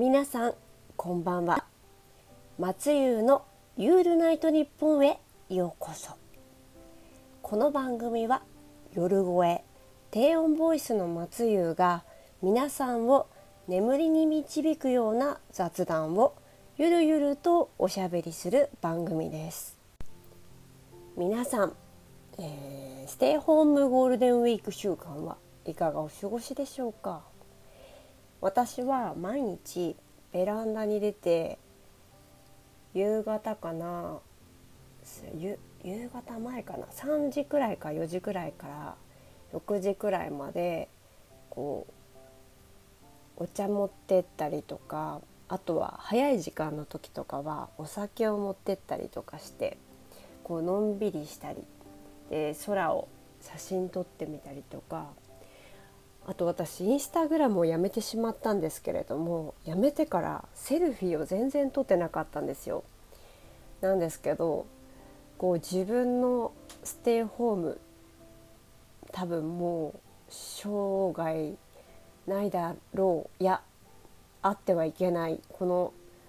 皆さんこんばんは。松優のユールナイトニッポンへようこそ。この番組は夜声低音ボイスの松優が皆さんを眠りに導くような雑談をゆるゆるとおしゃべりする番組です。皆さん、ステイホームゴールデンウィーク週間はいかがお過ごしでしょうか。私は毎日ベランダに出て夕方前かな3時くらいか4時くらいから6時くらいまでお茶持ってったりとか、あとは早い時間の時とかはお酒を持ってったりとかしてのんびりしたりで空を写真撮ってみたりとか、あと私インスタグラムをやめてしまったんですけれども、やめてからセルフィーを全然撮ってなかったんですよ。なんですけど自分のステイホーム多分もう生涯ないだろう、あってはいけないこの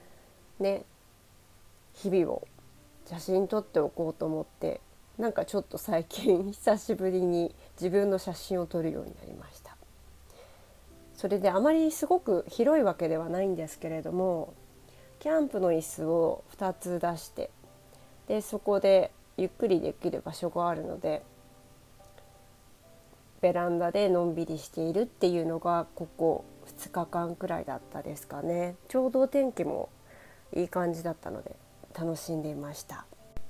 日々を写真撮っておこうと思って、ちょっと最近久しぶりに自分の写真を撮るようになりました。それであまりすごく広いわけではないんですけれども、キャンプの椅子を2つ出して、でそこでゆっくりできる場所があるのでベランダでのんびりしているっていうのがここ2日間くらいだったですかね。ちょうど天気もいい感じだったので楽しんでいました。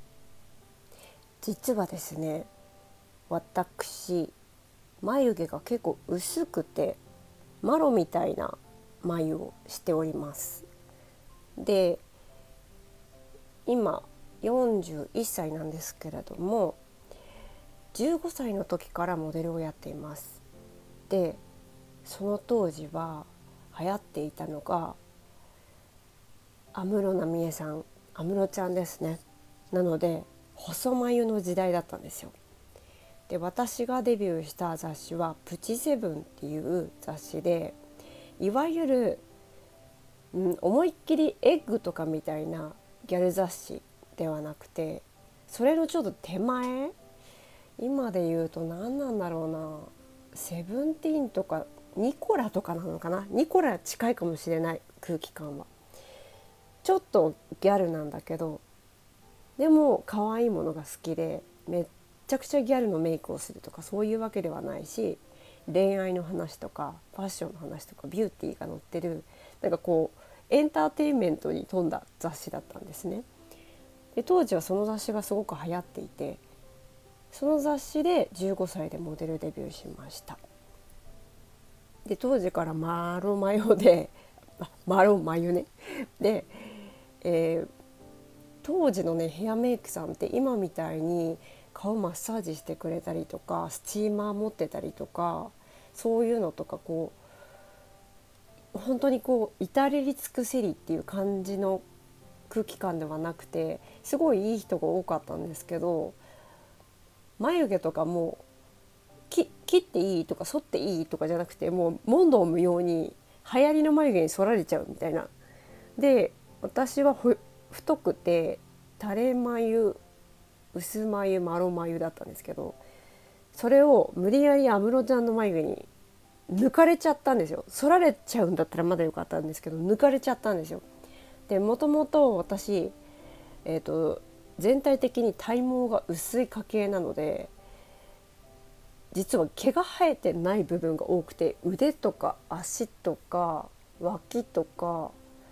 実はですね、私眉毛が結構薄くてマロみたいな眉をしております。で今41歳なんですけれども、15歳の時からモデルをやっています。でその当時は流行っていたのが安室奈美恵さん、安室ちゃんですね。なので細眉の時代だったんですよ。で私がデビューした雑誌はプチセブンっていう雑誌で、いわゆる、思いっきりエッグとかみたいなギャル雑誌ではなくて、それのちょっと手前、今で言うと何なんだろうな、セブンティーンとかニコラとかなのかな。ニコラ近いかもしれない。空気感はちょっとギャルなんだけど、でも可愛いものが好きでめっちゃくちゃギャルのメイクをするとかそういうわけではないし、恋愛の話とかファッションの話とかビューティーが載ってる、エンターテインメントに富んだ雑誌だったんですね。で当時はその雑誌がすごく流行っていて、その雑誌で15歳でモデルデビューしました。で当時からマロマヨでマロマヨね。で、当時のヘアメイクさんって今みたいに顔マッサージしてくれたりとかスチーマー持ってたりとか、そういうのとか本当に至れり尽くせりっていう感じの空気感ではなくて、すごいいい人が多かったんですけど、眉毛とかも切っていいとか剃っていいとかじゃなくて、もう問答無用に流行りの眉毛に剃られちゃうみたいな。で私は太くて垂れ眉、薄眉、マロ眉だったんですけど、それを無理やり安室ちゃんの眉毛に抜かれちゃったんですよ。剃られちゃうんだったらまだよかったんですけど、抜かれちゃったんですよ。でもともと私、全体的に体毛が薄い家系なので、実は毛が生えてない部分が多くて、腕とか足とか脇とか、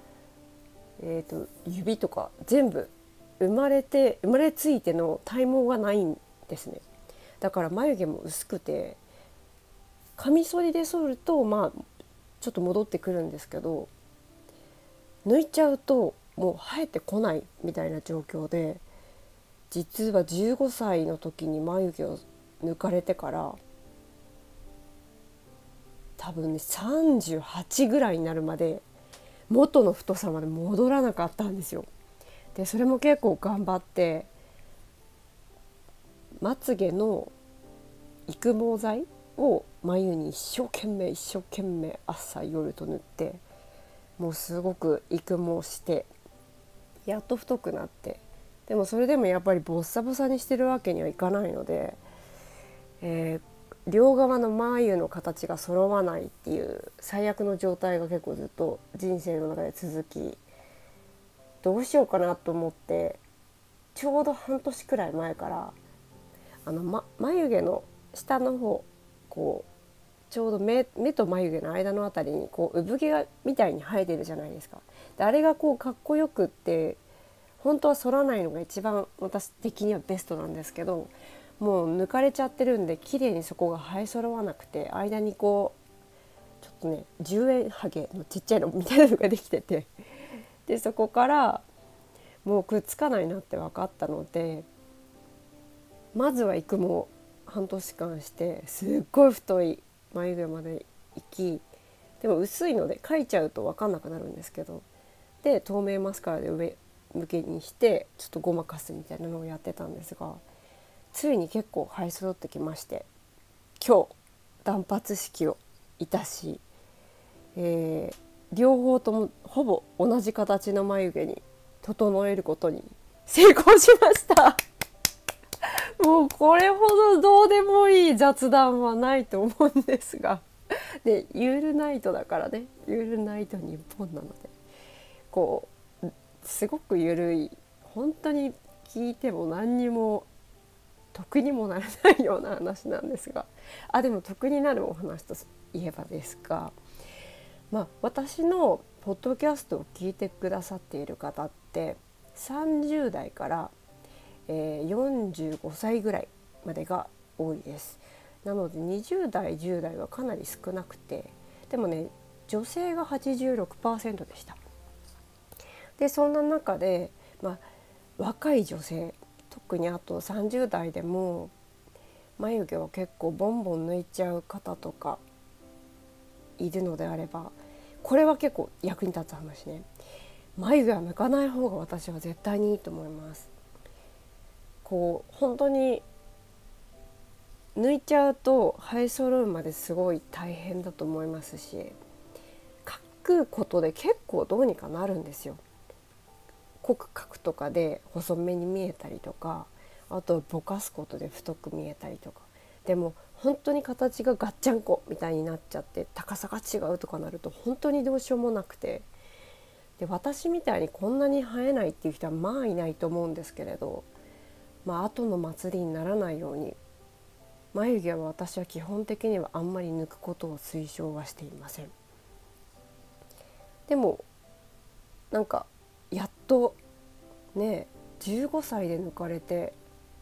指とか全部生まれついての体毛がないんですね。だから眉毛も薄くて、カミソリで剃るとちょっと戻ってくるんですけど、抜いちゃうともう生えてこないみたいな状況で、実は15歳の時に眉毛を抜かれてから多分ね38ぐらいになるまで元の太さまで戻らなかったんですよ。でそれも結構頑張ってまつげの育毛剤を眉に一生懸命朝夜と塗って、 もうすごく育毛してやっと太くなって、でもそれでもやっぱりボッサボサにしてるわけにはいかないので、両側の眉の形が揃わないっていう最悪の状態が結構ずっと人生の中で続き、どうしようかなと思って、ちょうど半年くらい前から眉毛の下の方、こうちょうど 目と眉毛の間のあたりにこう産毛がみたいに生えてるじゃないですか。であれがこうかっこよくって、本当は反らないのが一番私的にはベストなんですけど、もう抜かれちゃってるんで綺麗にそこが生え揃わなくて、間にこうちょっとね10円ハゲのちっちゃいのみたいなのができてて、でそこからもうくっつかないなって分かったので、まずは育毛半年間して、すっごい太い眉毛まで行き、でも薄いので描いちゃうと分かんなくなるんですけど、で透明マスカラで上向けにしてちょっとごまかすみたいなのをやってたんですが、ついに結構生え揃ってきまして、今日断髪式をいたし、両方ともほぼ同じ形の眉毛に整えることに成功しましたもうこれほどどうでもいい雑談はないと思うんですが、でユールナイトだからね、ユールナイト日本なので、こうすごくゆるい、本当に聞いても何にも得にもならないような話なんですが、でも得になるお話といえばですが、私のポッドキャストを聞いてくださっている方って30代から、45歳ぐらいまでが多いです。なので20代10代はかなり少なくて、でもね女性が 86% でした。でそんな中で、若い女性、特にあと30代でも眉毛を結構ボンボン抜いちゃう方とかいるのであれば、これは結構役に立つ話ね。眉毛は抜かない方が私は絶対にいいと思います。こう本当に抜いちゃうと生え揃うまですごい大変だと思いますし、描くことで結構どうにかなるんですよ。濃く描くとかで細めに見えたりとか、あとぼかすことで太く見えたりとか。でも本当に形がガッチャンコみたいになっちゃって高さが違うとかなると本当にどうしようもなくて、で私みたいにこんなに生えないっていう人はまあいないと思うんですけれど、後の祭りにならないように眉毛は私は基本的にはあんまり抜くことを推奨はしていません。でもなんかやっとね15歳で抜かれて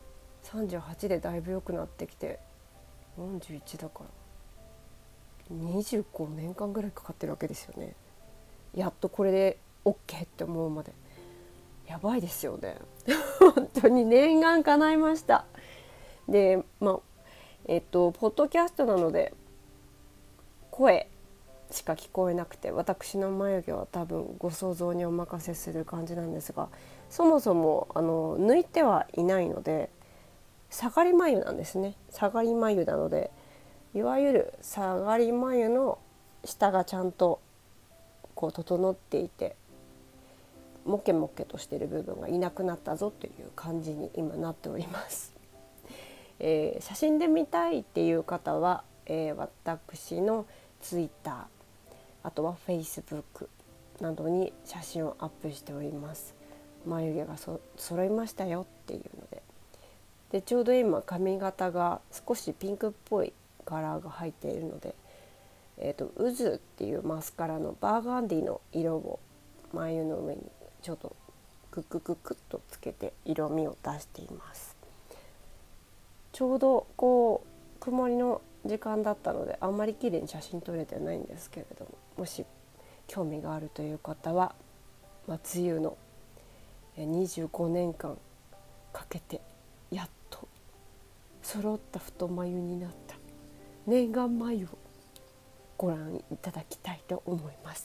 38でだいぶ良くなってきて、41だから25年間ぐらいかかってるわけですよね。やっとこれで OK って思うまで。やばいですよね本当に念願叶いました。でポッドキャストなので声しか聞こえなくて、私の眉毛は多分ご想像にお任せする感じなんですが、そもそも抜いてはいないので下がり眉なんですね。下がり眉なので、いわゆる下がり眉の下がちゃんとこう整っていて、モケモケとしている部分がいなくなったぞという感じに今なっております写真で見たいっていう方は、私のツイッター、あとはフェイスブックなどに写真をアップしております。眉毛が揃いましたよっていうので、ちょうど今髪型が少しピンクっぽいカラーが入っているので、ウズっていうマスカラのバーガンディの色を眉の上にちょっとクッククックっとつけて色味を出しています。ちょうどこう曇りの時間だったのであんまり綺麗に写真撮れてないんですけれども、もし興味があるという方は、梅雨の25年間かけてやっと揃った太眉になった念願眉をご覧いただきたいと思います。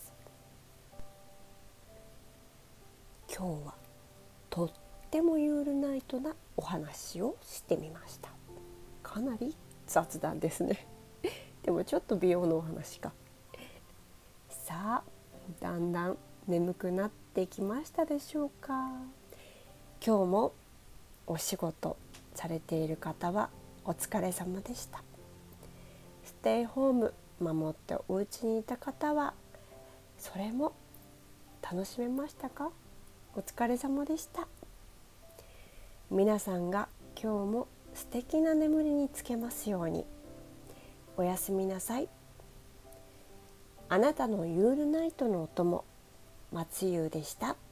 今日はとってもユールナイトなお話をしてみました。かなり雑談ですねでもちょっと美容のお話か。さあだんだん眠くなってきましたでしょうか。今日もお仕事されている方はお疲れ様でした。ステイホーム守ってお家にいた方はそれも楽しめましたか？お疲れ様でした。皆さんが今日も素敵な眠りにつけますように。おやすみなさい。あなたのユールナイトのお供、松優でした。